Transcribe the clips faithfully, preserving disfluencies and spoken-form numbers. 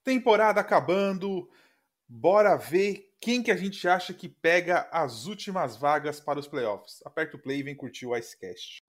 Temporada acabando, bora ver quem que a gente acha que pega as últimas vagas para os playoffs. Aperta o play e vem curtir o Icecast.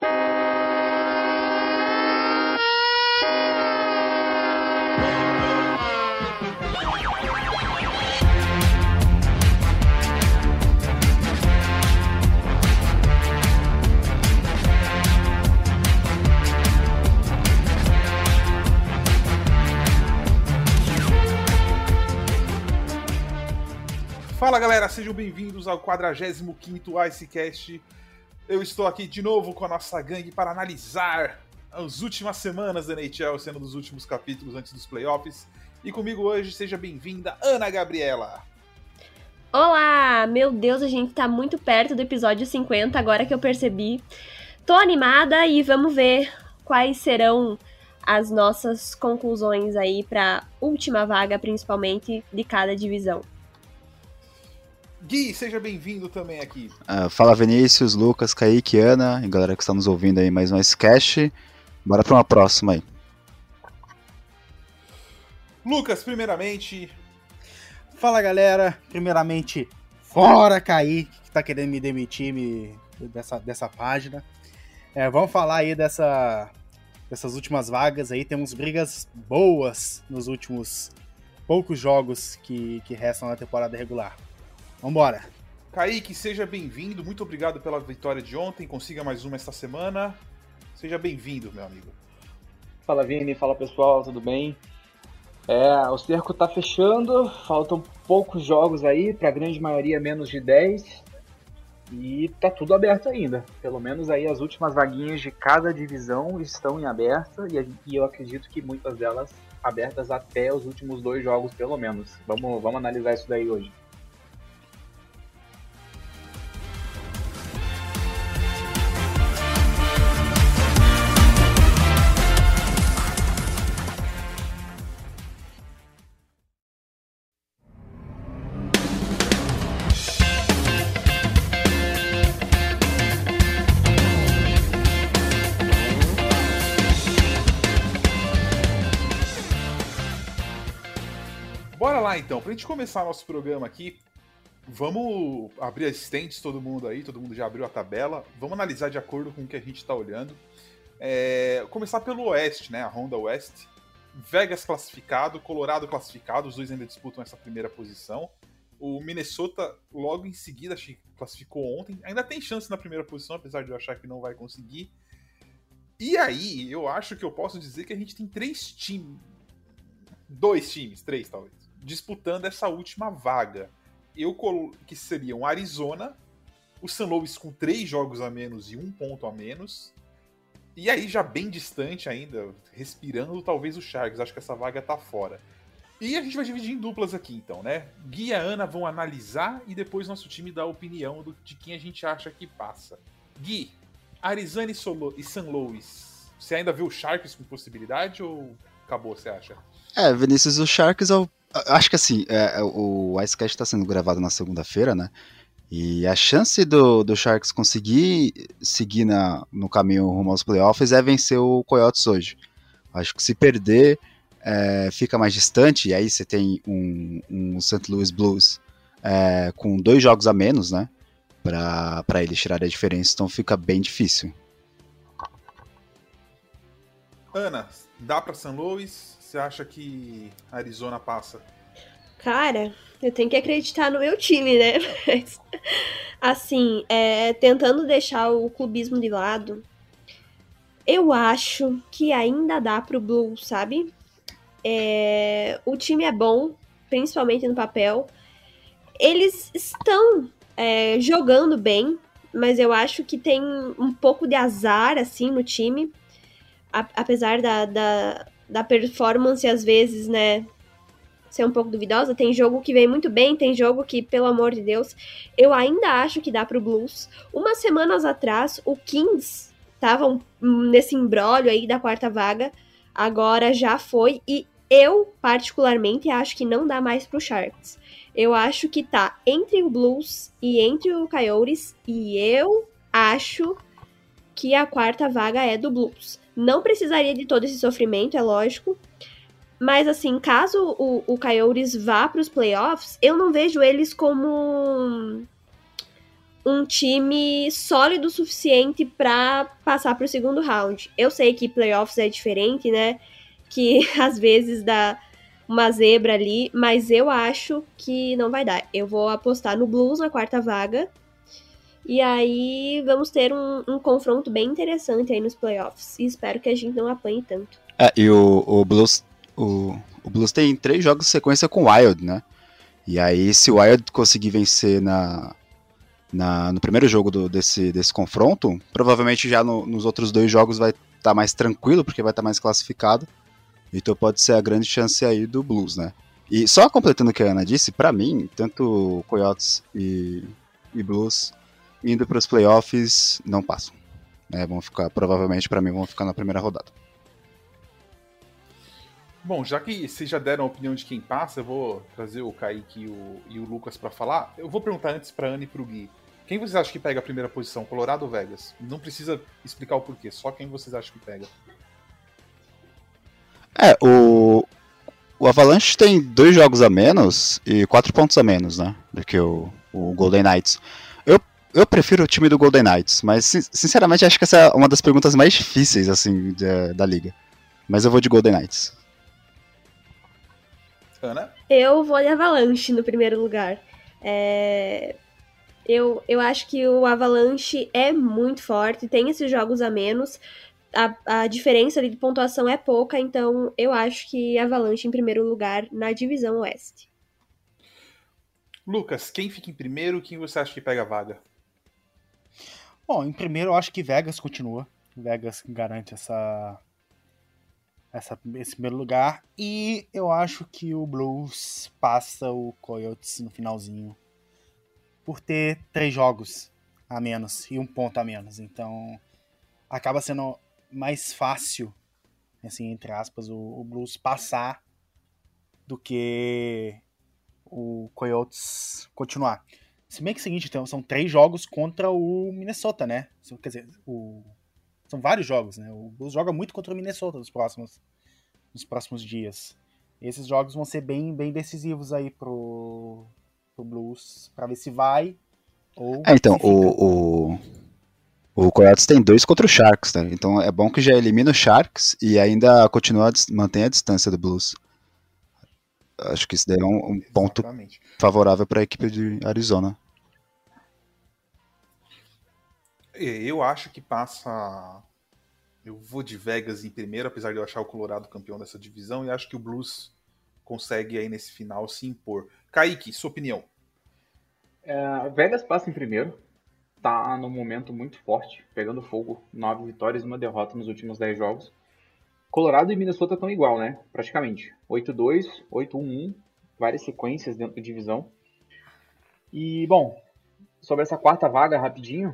Fala galera, sejam bem-vindos ao quadragésimo quinto Icecast. Eu estou aqui de novo com a nossa gangue para analisar as últimas semanas da N H L, sendo dos últimos capítulos antes dos playoffs. E comigo hoje, seja bem-vinda, Ana Gabriela. Olá! Meu Deus, a gente tá muito perto do episódio cinquenta, agora que eu percebi. Tô animada e vamos ver quais serão as nossas conclusões aí pra última vaga, principalmente, de cada divisão. Gui, seja bem-vindo também aqui. Uh, fala Vinícius, Lucas, Kaique, Ana e galera que está nos ouvindo aí mais um Icecast. Bora para uma próxima aí. Lucas, primeiramente. Fala galera, primeiramente, fora Kaique, que tá querendo me demitir me, dessa, dessa página. É, vamos falar aí dessa, dessas últimas vagas aí, temos brigas boas nos últimos poucos jogos que, que restam na temporada regular. Vambora. Kaique, seja bem-vindo. Muito obrigado pela vitória de ontem. Consiga mais uma esta semana. Seja bem-vindo, meu amigo. Fala, Vini. Fala, pessoal. Tudo bem? É, o cerco tá fechando. Faltam poucos jogos aí. Pra grande maioria, menos de dez. E tá tudo aberto ainda. Pelo menos aí as últimas vaguinhas de cada divisão estão em aberta. E eu acredito que muitas delas abertas até os últimos dois jogos, pelo menos. Vamos, vamos analisar isso daí hoje. Bora lá então, pra gente começar nosso programa aqui, vamos abrir as stands, todo mundo aí, todo mundo já abriu a tabela, vamos analisar de acordo com o que a gente tá olhando. É, começar pelo Oeste, né, a Ronda Oeste. Vegas classificado, Colorado classificado, os dois ainda disputam essa primeira posição. O Minnesota logo em seguida classificou ontem, ainda tem chance na primeira posição, apesar de eu achar que não vai conseguir. E aí, eu acho que eu posso dizer que a gente tem três times, dois times, três talvez, disputando essa última vaga. Eu colo... que seriam Arizona, o Saint Louis com três jogos a menos e um ponto a menos, e aí já bem distante ainda, respirando, talvez o Sharks. Acho que essa vaga tá fora. E a gente vai dividir em duplas aqui então, né? Gui e a Ana vão analisar e depois nosso time dá a opinião do... de quem a gente acha que passa. Gui, Arizona e, Solo... e Saint Louis, você ainda vê o Sharks com possibilidade ou acabou, você acha? É, Vinícius, o Sharks eu acho que assim, é, o Icecast está sendo gravado na segunda-feira, né? E a chance do, do Sharks conseguir seguir na, no caminho rumo aos playoffs é vencer o Coyotes hoje. Acho que se perder, é, fica mais distante, e aí você tem um, um Saint Louis Blues é, com dois jogos a menos, né? Para eles tirarem a diferença, então fica bem difícil. Ana, dá para Saint Louis? Você acha que a Arizona passa? Cara, eu tenho que acreditar no meu time, né? Mas, assim, é, tentando deixar o clubismo de lado, eu acho que ainda dá pro Blues, sabe? É, o time é bom, principalmente no papel. Eles estão é, jogando bem, mas eu acho que tem um pouco de azar, assim, no time. A, apesar da... da da performance, às vezes, né, ser um pouco duvidosa. Tem jogo que vem muito bem, tem jogo que, pelo amor de Deus, eu ainda acho que dá pro Blues. Umas semanas atrás, o Kings estavam nesse imbróglio aí da quarta vaga, agora já foi, e eu, particularmente, acho que não dá mais pro Sharks. Eu acho que tá entre o Blues e entre o Coyotes, e eu acho que a quarta vaga é do Blues. Não precisaria de todo esse sofrimento, é lógico, Mas, assim, caso o, o Coyotes vá para os playoffs, eu não vejo eles como um time sólido o suficiente para passar para o segundo round. Eu sei que playoffs é diferente, né? Que às vezes dá uma zebra ali, mas eu acho que não vai dar. Eu vou apostar no Blues na quarta vaga. E aí vamos ter um, um confronto bem interessante aí nos playoffs. E espero que a gente não apanhe tanto. É, e o, o Blues. O, o Blues tem três jogos de sequência com o Wild, né? E aí, se o Wild conseguir vencer na, na, no primeiro jogo do, desse, desse confronto, provavelmente já no, nos outros dois jogos vai estar tá mais tranquilo, porque vai estar tá mais classificado. Então pode ser a grande chance aí do Blues, né? E só completando o que a Ana disse, pra mim, tanto Coyotes e, e Blues indo para os playoffs não passam. Né? Vão ficar, provavelmente pra mim, vão ficar na primeira rodada. Bom, já que vocês já deram a opinião de quem passa, eu vou trazer o Kaique e o, e o Lucas pra falar. Eu vou perguntar antes pra Ana e pro Gui. Quem vocês acham que pega a primeira posição, Colorado ou Vegas? Não precisa explicar o porquê, só quem vocês acham que pega. É, o, o Avalanche tem dois jogos a menos e quatro pontos a menos, né? Do que o, o Golden Knights. Eu, eu prefiro o time do Golden Knights, mas sinceramente acho que essa é uma das perguntas mais difíceis, assim, da, da liga. Mas eu vou de Golden Knights. Ana? Eu vou de Avalanche no primeiro lugar. É... Eu, eu acho que o Avalanche é muito forte, tem esses jogos a menos, a, a diferença ali de pontuação é pouca, então eu acho que Avalanche em primeiro lugar na divisão oeste. Lucas, quem fica em primeiro, quem você acha que pega a vaga? Bom, em primeiro eu acho que Vegas continua. Vegas garante essa, essa, esse primeiro lugar. E eu acho que o Blues passa o Coyotes no finalzinho. Por ter três jogos a menos e um ponto a menos. Então, acaba sendo mais fácil, assim, entre aspas, o, o Blues passar do que o Coyotes continuar. Se bem que é o seguinte, então, são três jogos contra o Minnesota, né? Quer dizer, o, são vários jogos, né? O Blues joga muito contra o Minnesota nos próximos, nos próximos dias. E esses jogos vão ser bem, bem decisivos aí pro... o Blues, pra ver se vai ou é, então, se o, o, o Coyotes tem dois contra o Sharks, né? Então é bom que já elimina o Sharks e ainda continua a, mantém a distância do Blues. Acho que isso daí é um, um ponto favorável para a equipe de Arizona. Eu acho que passa... Eu vou de Vegas em primeiro, apesar de eu achar o Colorado campeão dessa divisão, e acho que o Blues consegue aí nesse final se impor. Kaique, sua opinião? É, Vegas passa em primeiro, tá num momento muito forte, pegando fogo, nove vitórias e uma derrota nos últimos dez jogos. Colorado e Minnesota estão igual, né? Praticamente. oito a dois, oito a um, várias sequências dentro da divisão. E, bom, sobre essa quarta vaga, rapidinho,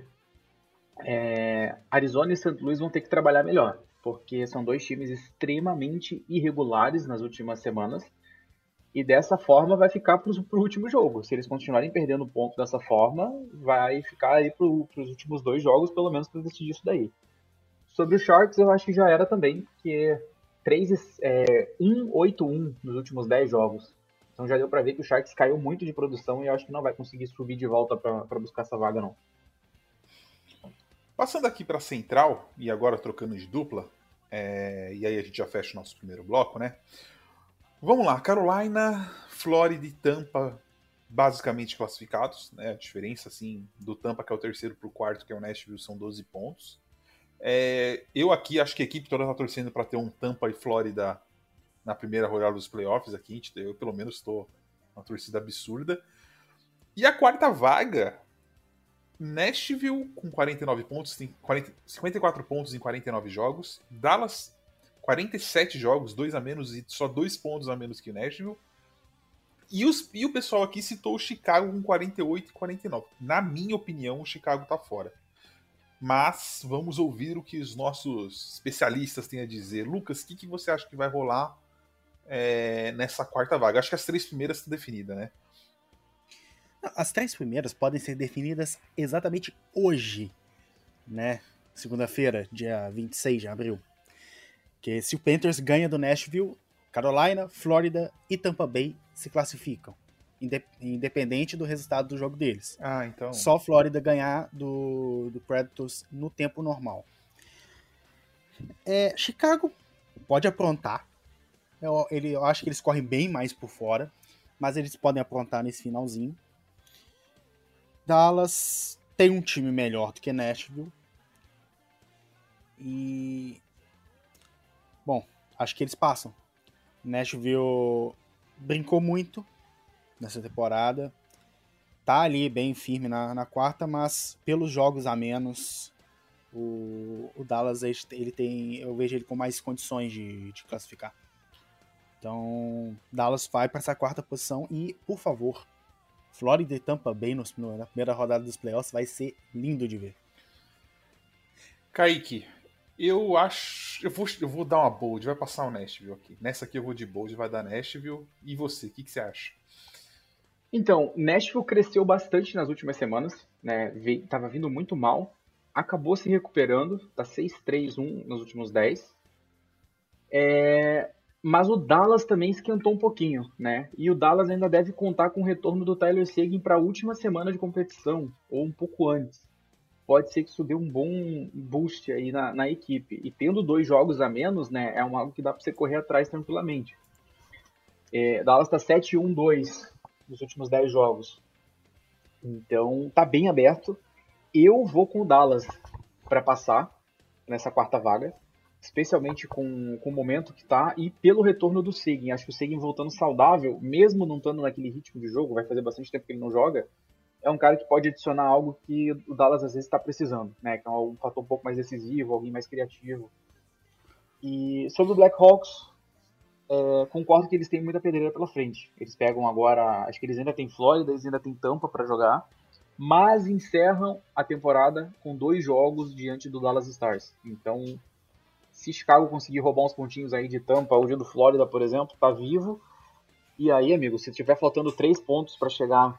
é, Arizona e Saint Louis vão ter que trabalhar melhor, porque são dois times extremamente irregulares nas últimas semanas. E dessa forma vai ficar para o último jogo. Se eles continuarem perdendo ponto dessa forma, vai ficar aí para os últimos dois jogos, pelo menos, para decidir isso daí. Sobre o Sharks, eu acho que já era também, porque é, um oito a um nos últimos dez jogos. Então já deu para ver que o Sharks caiu muito de produção e eu acho que não vai conseguir subir de volta para buscar essa vaga, não. Passando aqui para Central, e agora trocando de dupla, é, e aí a gente já fecha o nosso primeiro bloco, né? Vamos lá, Carolina, Flórida e Tampa basicamente classificados, né? A diferença assim do Tampa, que é o terceiro para o quarto, que é o Nashville, são doze pontos. É, eu aqui acho que a equipe toda está torcendo para ter um Tampa e Flórida na primeira rodada dos playoffs aqui. Eu pelo menos estou uma torcida absurda. E a quarta vaga, Nashville com quarenta e nove pontos, tem quarenta, cinquenta e quatro pontos em quarenta e nove jogos. Dallas, quarenta e sete jogos, dois a menos e só dois pontos a menos que o Nashville. E, os, e o pessoal aqui citou o Chicago com quarenta e oito e quarenta e nove. Na minha opinião, o Chicago tá fora. Mas vamos ouvir o que os nossos especialistas têm a dizer. Lucas, o que, que você acha que vai rolar é, nessa quarta vaga? Acho que as três primeiras estão definidas, né? As três primeiras podem ser definidas exatamente hoje, né? Segunda-feira, dia vinte e seis de abril. Que se o Panthers ganha do Nashville, Carolina, Flórida e Tampa Bay se classificam, independente do resultado do jogo deles. Ah, então... Só Flórida ganhar do, do Predators no tempo normal. É, Chicago pode aprontar. Eu, ele, eu acho que eles correm bem mais por fora, mas eles podem aprontar nesse finalzinho. Dallas tem um time melhor do que Nashville. E... Bom, acho que eles passam. Nashville brincou muito nessa temporada. Tá ali bem firme na, na quarta, mas pelos jogos a menos, o, o Dallas, ele tem, eu vejo ele com mais condições de, de classificar. Então, Dallas vai para essa quarta posição e, por favor, Flórida e Tampa Bay no, no, na primeira rodada dos playoffs vai ser lindo de ver. Kaique, eu acho... Eu vou, eu vou dar uma bold, vai passar o Nashville aqui. Nessa aqui eu vou de bold, vai dar Nashville. E você, o que, que você acha? Então, Nashville cresceu bastante nas últimas semanas, né? Veio, tava vindo muito mal, acabou se recuperando, tá seis três um nos últimos dez. É... Mas o Dallas também esquentou um pouquinho, né? E o Dallas ainda deve contar com o retorno do Tyler Seguin para a última semana de competição, ou um pouco antes. Pode ser que isso dê um bom boost aí na, na equipe. E tendo dois jogos a menos, né? É algo que dá para você correr atrás tranquilamente. É, Dallas tá sete um dois nos últimos dez jogos. Então, tá bem aberto. Eu vou com o Dallas para passar nessa quarta vaga. Especialmente com, com o momento que tá e pelo retorno do Seguin. Acho que o Seguin voltando saudável, mesmo não estando naquele ritmo de jogo, vai fazer bastante tempo que ele não joga, é um cara que pode adicionar algo que o Dallas às vezes está precisando, né? Que é um fator um pouco mais decisivo, alguém mais criativo. E sobre o Blackhawks, é, concordo que eles têm muita pedreira pela frente. Eles pegam agora, acho que eles ainda têm Flórida, eles ainda têm Tampa para jogar, mas encerram a temporada com dois jogos diante do Dallas Stars. Então, se Chicago conseguir roubar uns pontinhos aí de Tampa, ou de do Flórida, por exemplo, tá vivo. E aí, amigo, se tiver faltando três pontos para chegar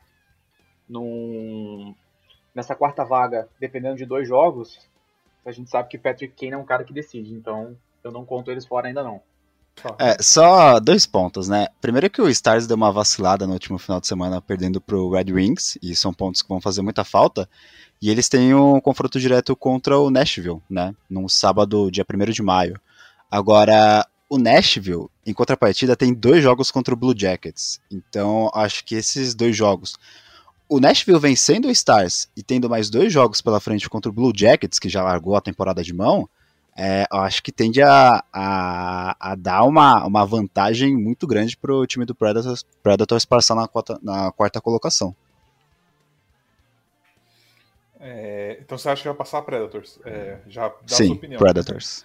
num... nessa quarta vaga, dependendo de dois jogos, a gente sabe que Patrick Kane é um cara que decide. Então, eu não conto eles fora ainda não. É, só dois pontos, né? Primeiro que o Stars deu uma vacilada no último final de semana, perdendo pro Red Wings, e são pontos que vão fazer muita falta. E eles têm um confronto direto contra o Nashville, né? No sábado, dia primeiro de maio. Agora, o Nashville, em contrapartida, tem dois jogos contra o Blue Jackets. Então, acho que esses dois jogos... O Nashville vencendo o Stars e tendo mais dois jogos pela frente contra o Blue Jackets, que já largou a temporada de mão, é, eu acho que tende a, a, a dar uma, uma vantagem muito grande para o time do Predators, Predators passar na quarta, na quarta colocação. É, então você acha que vai passar a Predators? É, já dá Sim, a sua opinião. Predators.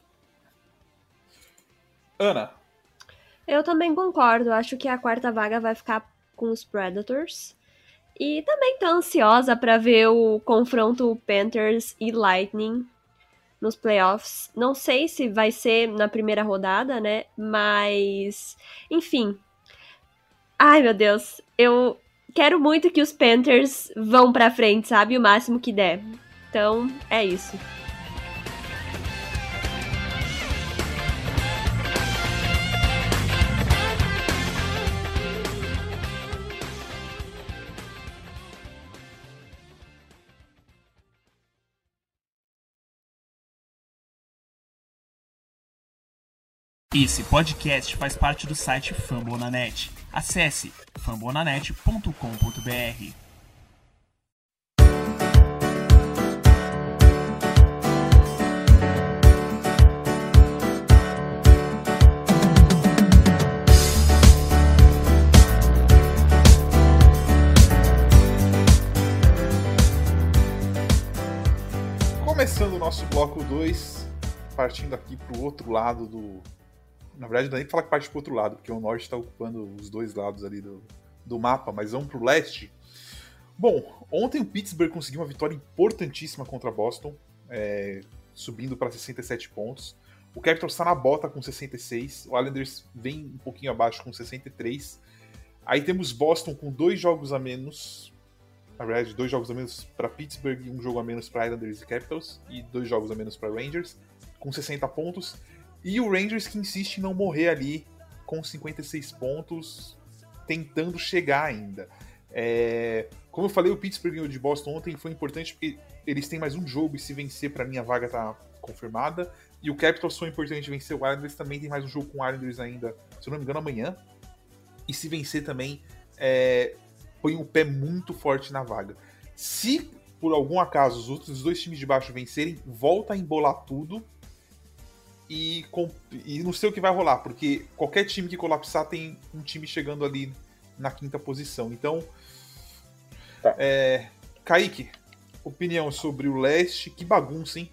Ana? Eu também concordo. Acho que a quarta vaga vai ficar com os Predators. E também tô ansiosa para ver o confronto Panthers e Lightning nos playoffs. Não sei se vai ser na primeira rodada, né? Mas, enfim. Ai, meu Deus. Eu quero muito que os Panthers vão pra frente, sabe? O máximo que der. Então, é isso. Esse podcast faz parte do site Fambonanet. Acesse fambonanet ponto com ponto b r. Começando o nosso bloco dois, partindo aqui pro outro lado do... Na verdade, não é nem falar que parte pro outro lado, porque o norte está ocupando os dois lados ali do, do mapa, mas vamos pro leste. Bom, ontem o Pittsburgh conseguiu uma vitória importantíssima contra Boston, é, subindo para sessenta e sete pontos. O Capitals está na bota com sessenta e seis, o Islanders vem um pouquinho abaixo com sessenta e três. Aí temos Boston com dois jogos a menos, na verdade, dois jogos a menos para Pittsburgh e um jogo a menos para Islanders e Capitals, e dois jogos a menos para Rangers, com sessenta pontos. E o Rangers que insiste em não morrer ali com cinquenta e seis pontos, tentando chegar ainda. É, como eu falei, o Pittsburgh ganhou de Boston ontem, foi importante porque eles têm mais um jogo e se vencer, pra mim a vaga tá confirmada. E o Capitals foi importante vencer o Islanders, também tem mais um jogo com o Islanders ainda, se eu não me engano, amanhã. E se vencer também, é, põe o pé muito forte na vaga. Se, por algum acaso, os outros dois times de baixo vencerem, volta a embolar tudo. E, com, e não sei o que vai rolar, porque qualquer time que colapsar tem um time chegando ali na quinta posição. Então, tá. é, Kaique, opinião sobre o leste, que bagunça, hein?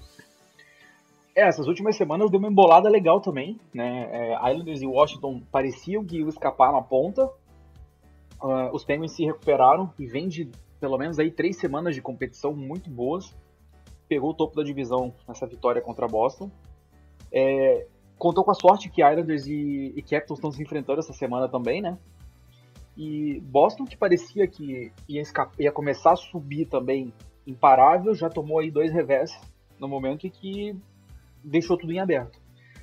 É, essas últimas semanas deu uma embolada legal também, né? É, Islanders e Washington pareciam que iam escapar na ponta. Uh, os Penguins se recuperaram e vem de pelo menos aí três semanas de competição muito boas. Pegou o topo da divisão nessa vitória contra Boston. É, contou com a sorte que Islanders e, e Capitals estão se enfrentando essa semana também, né? E Boston, que parecia que ia, escapar, ia começar a subir também imparável, já tomou aí dois revés no momento em que deixou tudo em aberto.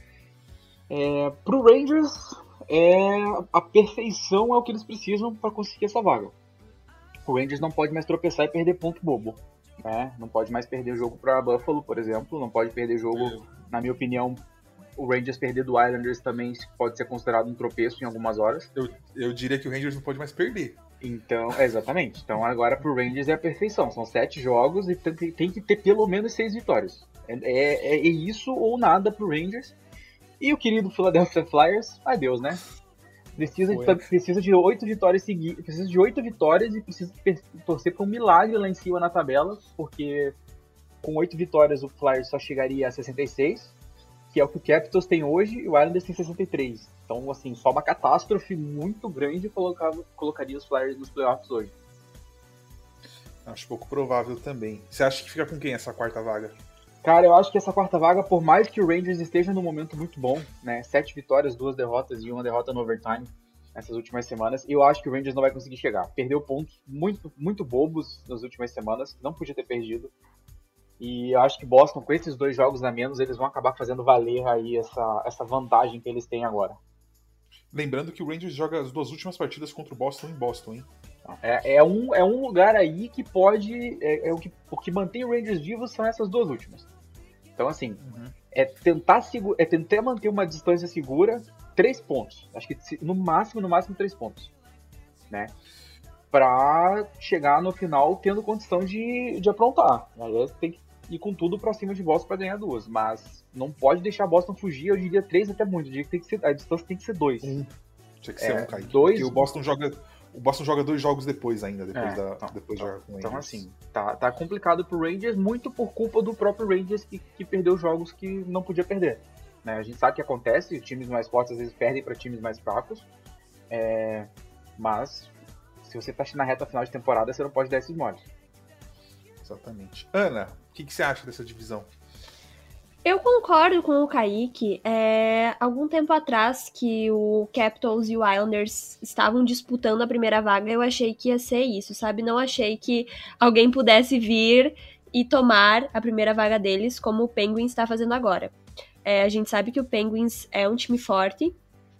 É, pro Rangers, é, a perfeição é o que eles precisam para conseguir essa vaga. O Rangers não pode mais tropeçar e perder ponto bobo. Né? Não pode mais perder jogo para Buffalo, por exemplo. Não pode perder jogo, na minha opinião, o Rangers perder do Islanders também pode ser considerado um tropeço em algumas horas. Eu, eu diria que o Rangers não pode mais perder. Então, é, exatamente. Então agora pro Rangers é a perfeição. São sete jogos e tem, tem que ter pelo menos seis vitórias. É, é, é isso ou nada pro Rangers. E o querido Philadelphia Flyers, adeus, né? Precisa de, precisa de oito vitórias seguidas, precisa de oito vitórias e precisa torcer para um milagre lá em cima na tabela, porque com oito vitórias o Flyers só chegaria a sessenta e seis, que é o que o Capitals tem hoje, e o Islanders tem sessenta e três. Então, assim, só uma catástrofe muito grande colocava, colocaria os Flyers nos playoffs hoje. Acho pouco provável também. Você acha que fica com quem essa quarta vaga? Cara, eu acho que essa quarta vaga, por mais que o Rangers esteja num momento muito bom, né? Sete vitórias, duas derrotas e uma derrota no overtime nessas últimas semanas, eu acho que o Rangers não vai conseguir chegar. Perdeu pontos muito, muito bobos nas últimas semanas, não podia ter perdido. E eu acho que Boston, com esses dois jogos a menos, eles vão acabar fazendo valer aí essa, essa vantagem que eles têm agora. Lembrando que o Rangers joga as duas últimas partidas contra o Boston em Boston, hein? É, é, um, é um lugar aí que pode... É, é o, que, o que mantém o Rangers vivo são essas duas últimas. Então, assim, uhum. é, tentar segura, é tentar manter uma distância segura, três pontos. Acho que no máximo, no máximo, três pontos. Né? Pra chegar no final tendo condição de, de aprontar. Aí tem que ir com tudo pra cima de Boston pra ganhar duas. Mas não pode deixar Boston fugir, eu diria três até muito. Eu diria que, tem que ser, a distância tem que ser dois. Um. Tinha que ser é, um, Kaique. Dois... Porque o Boston joga... O Boston joga dois jogos depois ainda, depois, é, da, então, depois então, joga com o Rangers. Então, assim, tá, tá complicado pro Rangers, muito por culpa do próprio Rangers que, que perdeu jogos que não podia perder. Né? A gente sabe que acontece, times mais fortes às vezes perdem para times mais fracos, é, mas se você tá na reta final de temporada, você não pode dar esses moles. Exatamente. Ana, o que, que você acha dessa divisão? Eu concordo com o Kaique. É, algum tempo atrás que o Capitals e o Islanders estavam disputando a primeira vaga, eu achei que ia ser isso, sabe? Não achei que alguém pudesse vir e tomar a primeira vaga deles, como o Penguins está fazendo agora. É, a gente sabe que o Penguins é um time forte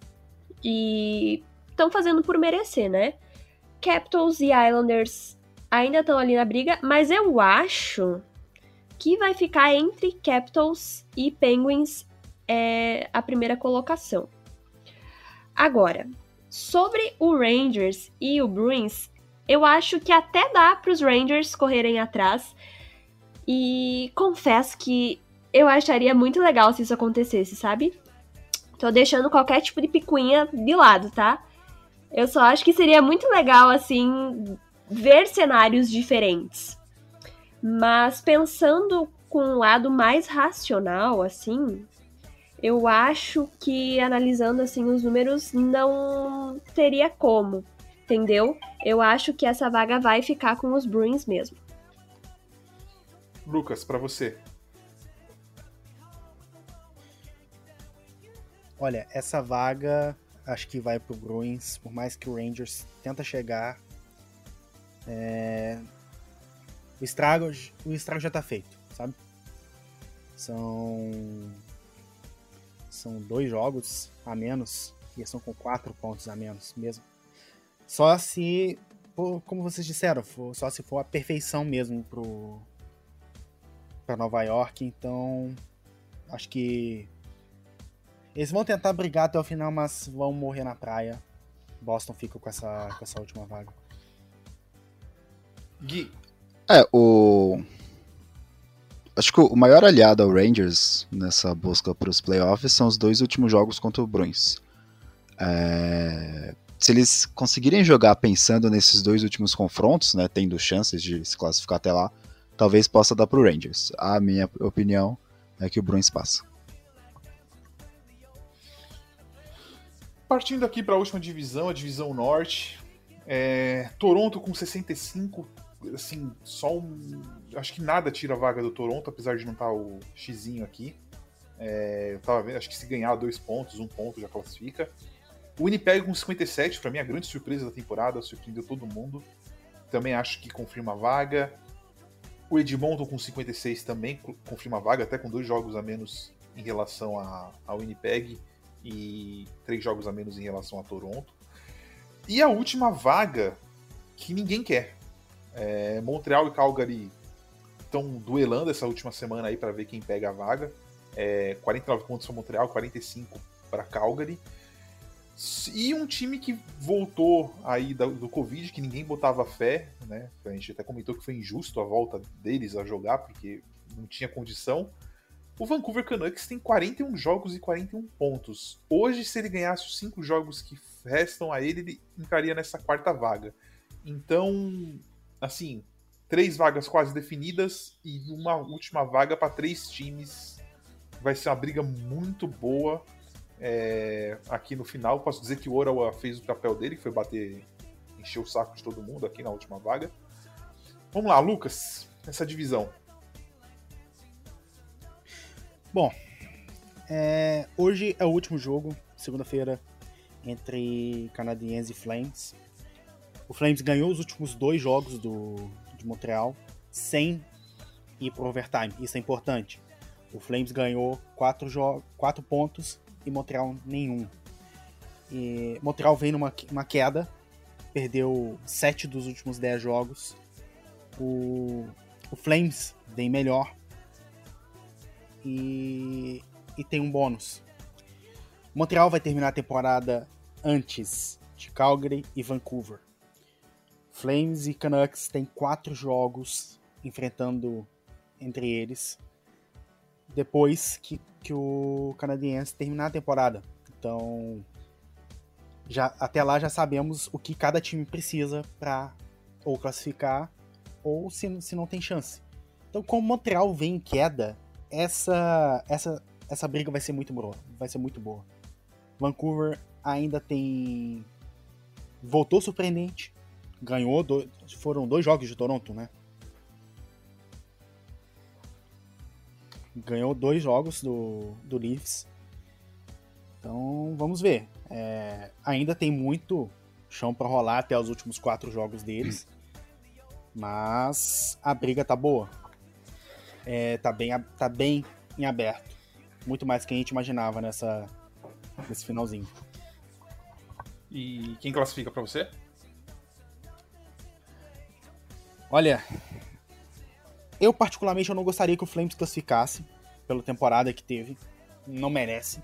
e estão fazendo por merecer, né? Capitals e Islanders ainda estão ali na briga, mas eu acho... que vai ficar entre Capitals e Penguins é, a primeira colocação. Agora, sobre o Rangers e o Bruins, eu acho que até dá para os Rangers correrem atrás e confesso que eu acharia muito legal se isso acontecesse, sabe? Tô deixando qualquer tipo de picuinha de lado, tá? Eu só acho que seria muito legal, assim, ver cenários diferentes. Mas pensando com um lado mais racional, assim, eu acho que analisando assim os números não teria como, entendeu? Eu acho que essa vaga vai ficar com os Bruins mesmo. Lucas, pra você. Olha, essa vaga acho que vai pro Bruins, por mais que o Rangers tenta chegar. É... O estrago, o estrago já tá feito, sabe? São... São dois jogos a menos E eles estão com quatro pontos a menos mesmo. Só se, como vocês disseram, só se for a perfeição mesmo pro, pra Nova York. Então, acho que eles vão tentar brigar até o final, mas vão morrer na praia. Boston fica com essa, com essa última vaga. Gui. É, o... Acho que o maior aliado ao Rangers nessa busca para os playoffs são os dois últimos jogos contra o Bruins. É... Se eles conseguirem jogar pensando nesses dois últimos confrontos, né, tendo chances de se classificar até lá, talvez possa dar para o Rangers. A minha opinião é que o Bruins passa. Partindo aqui para a última divisão, a divisão norte, é... Toronto com sessenta e cinco, assim, só um... acho que nada tira a vaga do Toronto, apesar de não estar o xizinho aqui. É... Eu tava vendo, acho que se ganhar dois pontos, um ponto já classifica. O Winnipeg com cinquenta e sete, para mim a grande surpresa da temporada, surpreendeu todo mundo. Também acho que confirma a vaga. O Edmonton com cinquenta e seis também confirma a vaga, até com dois jogos a menos em relação ao Winnipeg e três jogos a menos em relação a Toronto. E a última vaga que ninguém quer. É, Montreal e Calgary estão duelando essa última semana aí para ver quem pega a vaga. É, quarenta e nove pontos para Montreal, quarenta e cinco para Calgary. E um time que voltou aí do, do Covid, que ninguém botava fé, né? A gente até comentou que foi injusto a volta deles a jogar, porque não tinha condição. O Vancouver Canucks tem quarenta e um jogos e quarenta e um pontos. Hoje, se ele ganhasse os cinco jogos que restam a ele, ele entraria nessa quarta vaga. Então, assim, três vagas quase definidas e uma última vaga para três times. Vai ser uma briga muito boa. É, aqui no final, posso dizer que o Ottawa fez o papel dele, que foi bater, encher o saco de todo mundo aqui na última vaga. Vamos lá, Lucas, essa divisão. Bom, é, hoje é o último jogo, segunda-feira, entre Canadiens e Flames. O Flames ganhou os últimos dois jogos do, de Montreal sem ir para o overtime, isso é importante. O Flames ganhou quatro, jo- quatro pontos e Montreal nenhum. E Montreal vem numa uma queda, perdeu sete dos últimos dez jogos. O, o Flames vem melhor e, e tem um bônus. Montreal vai terminar a temporada antes de Calgary e Vancouver. Flames e Canucks têm quatro jogos enfrentando entre eles depois que, que o Canadiense terminar a temporada. Então, já, até lá já sabemos o que cada time precisa para ou classificar ou se, se não tem chance. Então, como Montreal vem em queda, essa, essa, essa briga vai ser muito boa. Vai ser muito boa. Vancouver ainda tem... voltou surpreendente. Ganhou, do... foram dois jogos de Toronto, né? Ganhou dois jogos do, do Leafs. Então, vamos ver. É, ainda tem muito chão para rolar até os últimos quatro jogos deles. Mas a briga tá boa. É, tá, bem, tá bem em aberto. Muito mais do que a gente imaginava nessa, nesse finalzinho. E quem classifica para você? Olha... Eu, particularmente, eu não gostaria que o Flames classificasse pela temporada que teve. Não merece.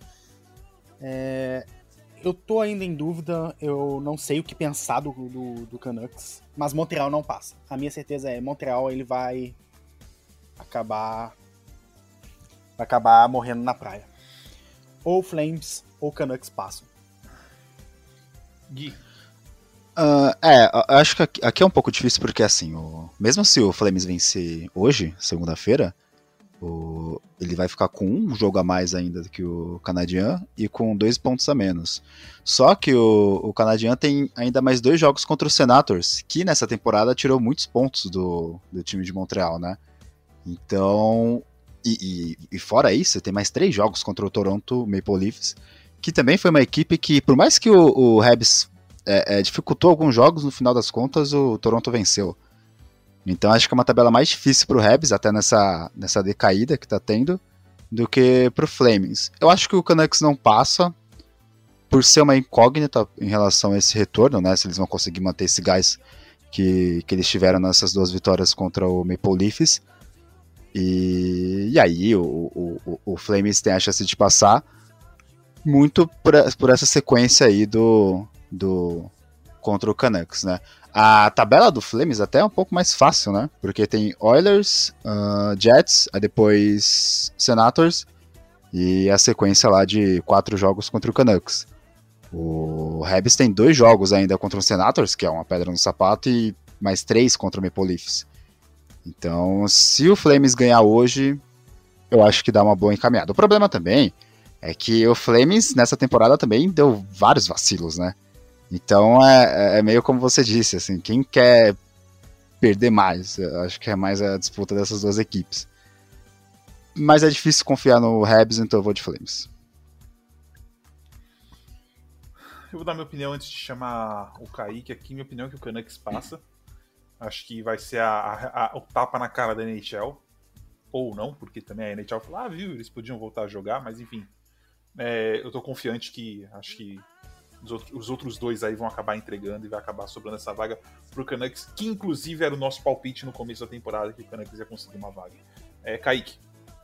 É, eu tô ainda em dúvida. Eu não sei o que pensar do, do, do Canucks. Mas Montreal não passa. A minha certeza é Montreal ele vai acabar vai acabar morrendo na praia. Ou Flames ou Canucks passam. Gui. Uh, é, eu acho que aqui, aqui é um pouco difícil porque, assim, o, mesmo se o Flames vencer hoje, segunda-feira, o, ele vai ficar com um jogo a mais ainda do que o Canadien e com dois pontos a menos. Só que o, o Canadien tem ainda mais dois jogos contra o Senators, que nessa temporada tirou muitos pontos do, do time de Montreal, né? Então, e, e, e fora isso, tem mais três jogos contra o Toronto Maple Leafs, que também foi uma equipe que, por mais que o, o Habs É, é, dificultou alguns jogos, no final das contas o Toronto venceu. Então acho que é uma tabela mais difícil pro Habs, até nessa, nessa decaída que tá tendo, do que pro Flames. Eu acho que o Canucks não passa, por ser uma incógnita em relação a esse retorno, né, se eles vão conseguir manter esse gás que, que eles tiveram nessas duas vitórias contra o Maple Leafs. E, e aí o, o, o Flames tem a chance de passar muito por, por essa sequência aí do, do contra o Canucks, né? A tabela do Flames até é um pouco mais fácil, né? Porque tem Oilers, uh, Jets, aí depois Senators e a sequência lá de quatro jogos contra o Canucks. O Habs tem dois jogos ainda contra o Senators, que é uma pedra no sapato, e mais três contra o Maple Leafs. Então, se o Flames ganhar hoje, eu acho que dá uma boa encaminhada. O problema também é que o Flames nessa temporada também deu vários vacilos, né? Então é, é meio como você disse, assim, quem quer perder mais? Eu acho que é mais a disputa dessas duas equipes. Mas é difícil confiar no Habs, então eu vou de Flames. Eu vou dar minha opinião antes de chamar o Kaique aqui. Minha opinião é que o Canucks passa. Acho que vai ser a, a, a, o tapa na cara da N H L. Ou não, porque também a N H L falou, ah, viu, eles podiam voltar a jogar, mas enfim. É, eu tô confiante que acho que os outros, os outros dois aí vão acabar entregando e vai acabar sobrando essa vaga pro Canucks, que inclusive era o nosso palpite no começo da temporada, que o Canucks ia conseguir uma vaga. É, Kaique.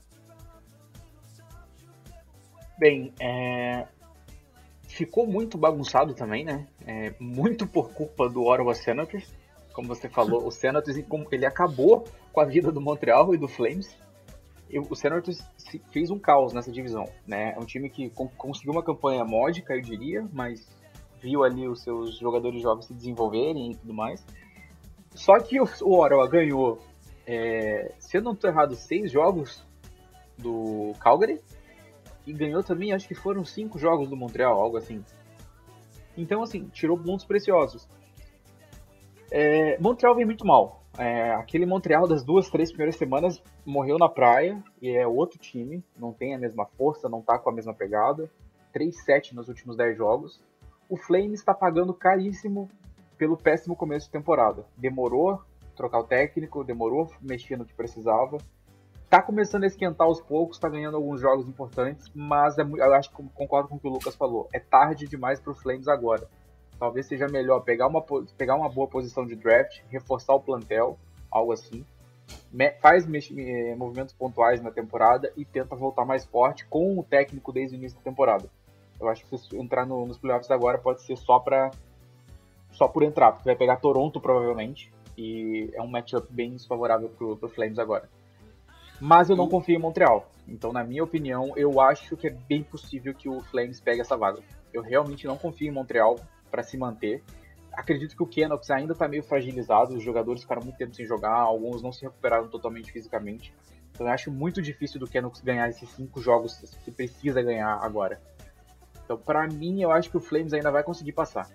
Bem, é... ficou muito bagunçado também, né? É, muito por culpa do Ottawa Senators. Como você falou, o Senators ele acabou com a vida do Montreal e do Flames. O Senators fez um caos nessa divisão, né? É um time que conseguiu uma campanha módica, eu diria, mas viu ali os seus jogadores jovens se desenvolverem e tudo mais. Só que o Ottawa ganhou, é, se eu não estou errado, seis jogos do Calgary e ganhou também, acho que foram cinco jogos do Montreal, algo assim. Então, assim, tirou pontos preciosos. É, Montreal vem muito mal. É, aquele Montreal das duas, três primeiras semanas morreu na praia e é outro time, não tem a mesma força, não tá com a mesma pegada. três a sete nos últimos dez jogos. O Flames está pagando caríssimo pelo péssimo começo de temporada. Demorou trocar o técnico, demorou mexer no que precisava. Tá começando a esquentar aos poucos, tá ganhando alguns jogos importantes, mas é, eu acho que concordo com o que o Lucas falou. É tarde demais pro Flames agora. Talvez seja melhor pegar uma, pegar uma boa posição de draft, reforçar o plantel, algo assim. Me, faz mex, me, movimentos pontuais na temporada e tenta voltar mais forte com o técnico desde o início da temporada. Eu acho que se entrar no, nos playoffs agora pode ser só, pra, só por entrar, porque vai pegar Toronto provavelmente, e é um matchup bem desfavorável pro, pro Flames agora. Mas eu não confio em Montreal. Então, na minha opinião, eu acho que é bem possível que o Flames pegue essa vaga. Eu realmente não confio em Montreal para se manter. Acredito que o Canucks ainda está meio fragilizado, os jogadores ficaram muito tempo sem jogar, alguns não se recuperaram totalmente fisicamente. Então eu acho muito difícil do Canucks ganhar esses cinco jogos que precisa ganhar agora. Então, para mim, eu acho que o Flames ainda vai conseguir passar.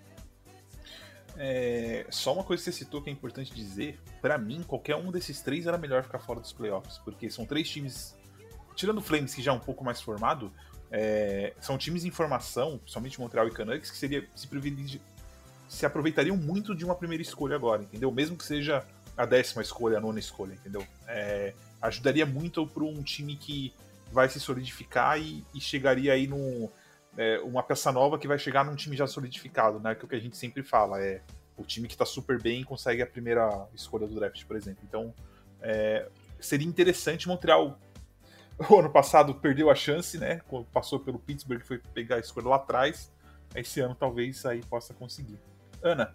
É, só uma coisa que você citou que é importante dizer, para mim, qualquer um desses três era melhor ficar fora dos playoffs, porque são três times, tirando o Flames, que já é um pouco mais formado, É, são times em formação, principalmente Montreal e Canucks, que seria, se, se aproveitariam muito de uma primeira escolha agora, entendeu? Mesmo que seja a décima escolha, a nona escolha, entendeu? É, ajudaria muito para um time que vai se solidificar e, e chegaria aí num é, uma peça nova que vai chegar num time já solidificado, né? Que é o que a gente sempre fala, é o time que está super bem e consegue a primeira escolha do draft, por exemplo. Então, é, seria interessante. Montreal o ano passado perdeu a chance, né? Passou pelo Pittsburgh, foi pegar a escolha lá atrás. Esse ano talvez aí possa conseguir. Ana?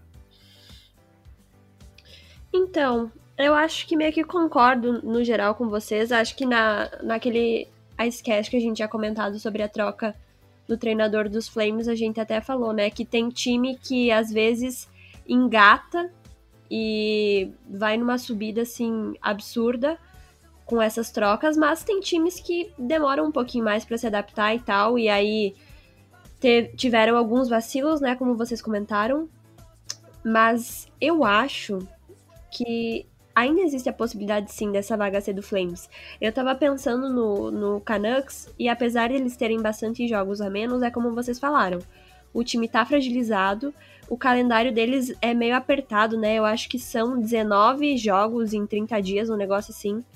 Então, eu acho que meio que concordo no geral com vocês. Acho que na, naquele Icecast que a gente tinha comentado sobre a troca do treinador dos Flames, a gente até falou, né? Que tem time que às vezes engata e vai numa subida assim absurda com essas trocas, mas tem times que demoram um pouquinho mais para se adaptar e tal, e aí te, tiveram alguns vacilos, né, como vocês comentaram, mas eu acho que ainda existe a possibilidade, sim, dessa vaga ser do Flames. Eu tava pensando no, no Canucks, e apesar de eles terem bastante jogos a menos, é como vocês falaram, o time tá fragilizado, o calendário deles é meio apertado, né, eu acho que são dezenove jogos em trinta dias, um negócio assim.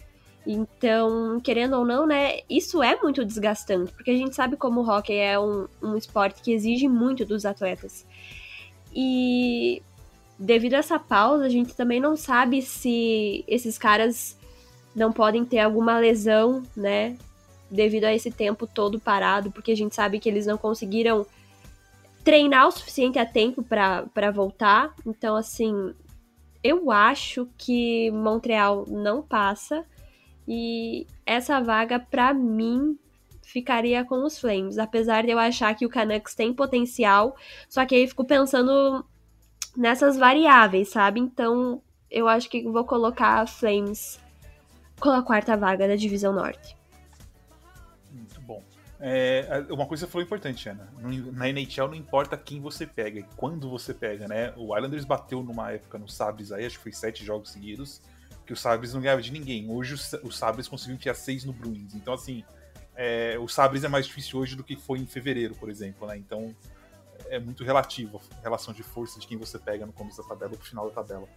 Então, querendo ou não, né, isso é muito desgastante, porque a gente sabe como o hóquei é um, um esporte que exige muito dos atletas. E devido a essa pausa, a gente também não sabe se esses caras não podem ter alguma lesão, né, devido a esse tempo todo parado, porque a gente sabe que eles não conseguiram treinar o suficiente a tempo para voltar. Então, assim, eu acho que Montreal não passa. E essa vaga, pra mim, ficaria com os Flames. Apesar de eu achar que o Canucks tem potencial, só que aí eu fico pensando nessas variáveis, sabe? Então, eu acho que vou colocar a Flames com a quarta vaga da Divisão Norte. Muito bom. É, uma coisa que você falou importante, Ana. Na N H L não importa quem você pega, quando você pega, né? O Islanders bateu numa época no Sabres aí, acho que foi sete jogos seguidos, que o Sabres não ganhava de ninguém. Hoje o Sabres conseguiu enfiar seis no Bruins. Então, assim, é, o Sabres é mais difícil hoje do que foi em fevereiro, por exemplo, né? Então, é muito relativo a relação de força de quem você pega no começo da tabela ou no final da tabela.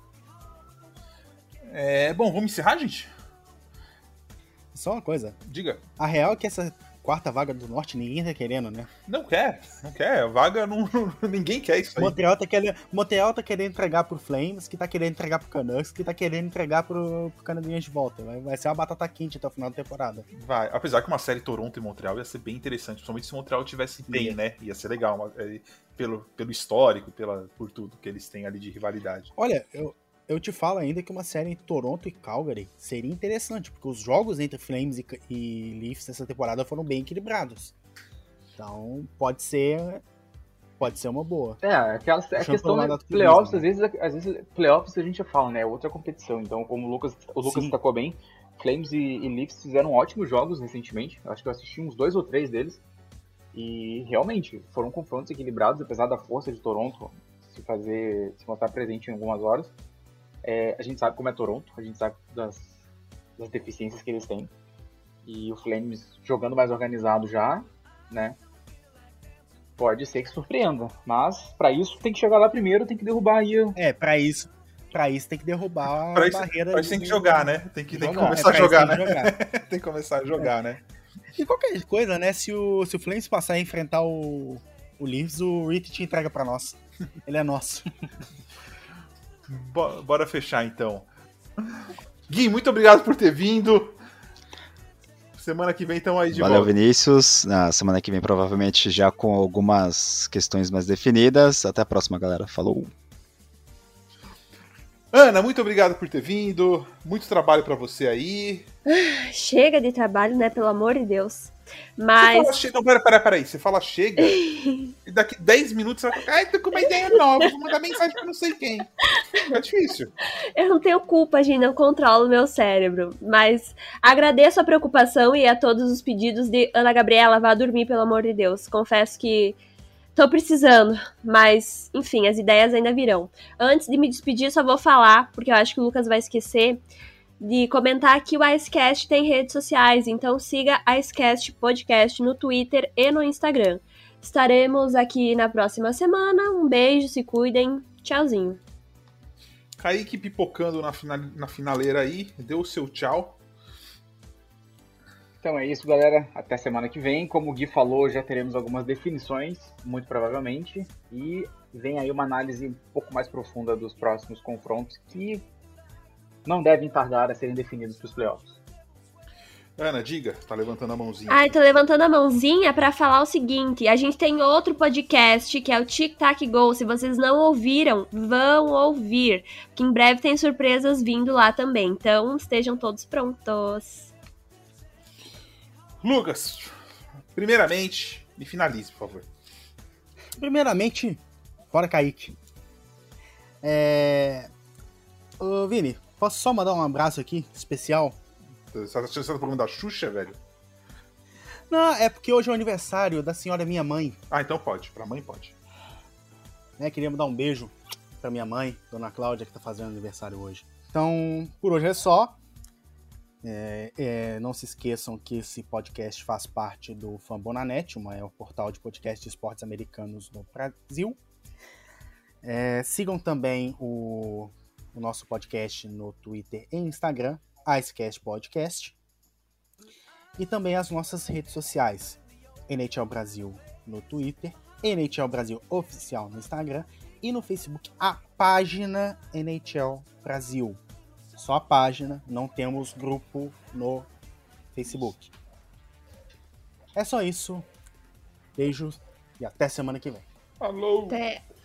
É, bom, vamos encerrar, gente? Só uma coisa. Diga. A real é que essa quarta vaga do Norte ninguém tá querendo, né? Não quer, não quer. A vaga não, ninguém quer isso aí. Montreal tá, querendo, Montreal tá querendo entregar pro Flames, que tá querendo entregar pro Canucks, que tá querendo entregar pro, pro Canadiens de volta. Vai, vai ser uma batata quente até o final da temporada. Vai. Apesar que uma série Toronto e Montreal ia ser bem interessante, principalmente se o Montreal tivesse bem, Ia. né? Ia ser legal, uma, é, pelo, pelo histórico, pela, por tudo que eles têm ali de rivalidade. Olha, eu, eu te falo ainda que uma série em Toronto e Calgary seria interessante, porque os jogos entre Flames e, e Leafs nessa temporada foram bem equilibrados. Então, pode ser pode ser uma boa. É, aquela, a Deixa eu questão falar de da playoffs, turismo, às vezes, às vezes, playoffs a gente já fala, né? É outra competição. Então, como o Lucas, o Lucas Sim. destacou bem, Flames e, e Leafs fizeram ótimos jogos recentemente. Acho que eu assisti uns dois ou três deles. E realmente, foram confrontos equilibrados, apesar da força de Toronto se fazer, se mostrar presente em algumas horas. É, a gente sabe como é Toronto, a gente sabe das, das deficiências que eles têm. E o Flames jogando mais organizado já, né? Pode ser que surpreenda. Mas, pra isso, tem que chegar lá primeiro, tem que derrubar aí. É, pra isso, pra isso tem que derrubar Pra a isso, barreira. pra isso tem do- que jogar, né? Tem que, tem que Jogar. começar É, a pra isso jogar, tem né? que jogar. Tem que começar a jogar, né? E qualquer coisa, né? Se o, se o Flames passar a enfrentar o, o Leafs, o Rittich entrega pra nós. Ele é nosso. Bo- Bora fechar, então. Gui, muito obrigado por ter vindo. Semana que vem estamos aí de Valeu, volta. Vinícius. Na semana que vem, provavelmente, já com algumas questões mais definidas. Até a próxima, galera. Falou! Ana, muito obrigado por ter vindo. Muito trabalho pra você aí. Chega de trabalho, né? Pelo amor de Deus. Você Mas fala chega. Não, pera, pera, pera aí. Você fala chega. E daqui dez minutos você vai falar, ai, tô com uma ideia nova. Vou mandar mensagem pra não sei quem. É difícil. eu não tenho culpa, gente, não controlo o meu cérebro. Mas agradeço a preocupação e a todos os pedidos de Ana Gabriela, vá dormir, pelo amor de Deus. Confesso que tô precisando, mas, enfim, as ideias ainda virão. Antes de me despedir, só vou falar, porque eu acho que o Lucas vai esquecer, de comentar que o Icecast tem redes sociais, então siga Icecast Podcast no Twitter e no Instagram. Estaremos aqui na próxima semana. Um beijo, se cuidem. Tchauzinho. Kaique pipocando na, final, na finaleira aí. Deu o seu tchau. Então é isso, galera. Até semana que vem. Como o Gui falou, já teremos algumas definições, muito provavelmente. E vem aí uma análise um pouco mais profunda dos próximos confrontos que não devem tardar a serem definidos para os playoffs. Ana, diga. Tá levantando a mãozinha. Ai, tô levantando a mãozinha pra falar o seguinte. A gente tem outro podcast, que é o Tic Tac Go. Se vocês não ouviram, vão ouvir. Que em breve tem surpresas vindo lá também. Então, estejam todos prontos. Lucas, primeiramente, me finalize, por favor. Primeiramente, fora Kaique. É... Ô, Vini, posso só mandar um abraço aqui, especial? Você tá assistindo o programa da Xuxa, velho? Não, é porque hoje é o aniversário da senhora minha mãe, Ah, então pode. Pra mãe pode. né? Queria mandar um beijo pra minha mãe, Dona Cláudia, que tá fazendo aniversário hoje. Então, por hoje é só. É, é, não se esqueçam que esse podcast faz parte do Fambonanet, o maior portal de podcast de esportes americanos no Brasil. É, sigam também o, o nosso podcast no Twitter e Instagram, Icecast Podcast. E também as nossas redes sociais. N H L Brasil no Twitter, N H L Brasil Oficial no Instagram e no Facebook a página N H L Brasil. Só a página, não temos grupo no Facebook. É só isso. Beijos e até semana que vem. Falou! Até.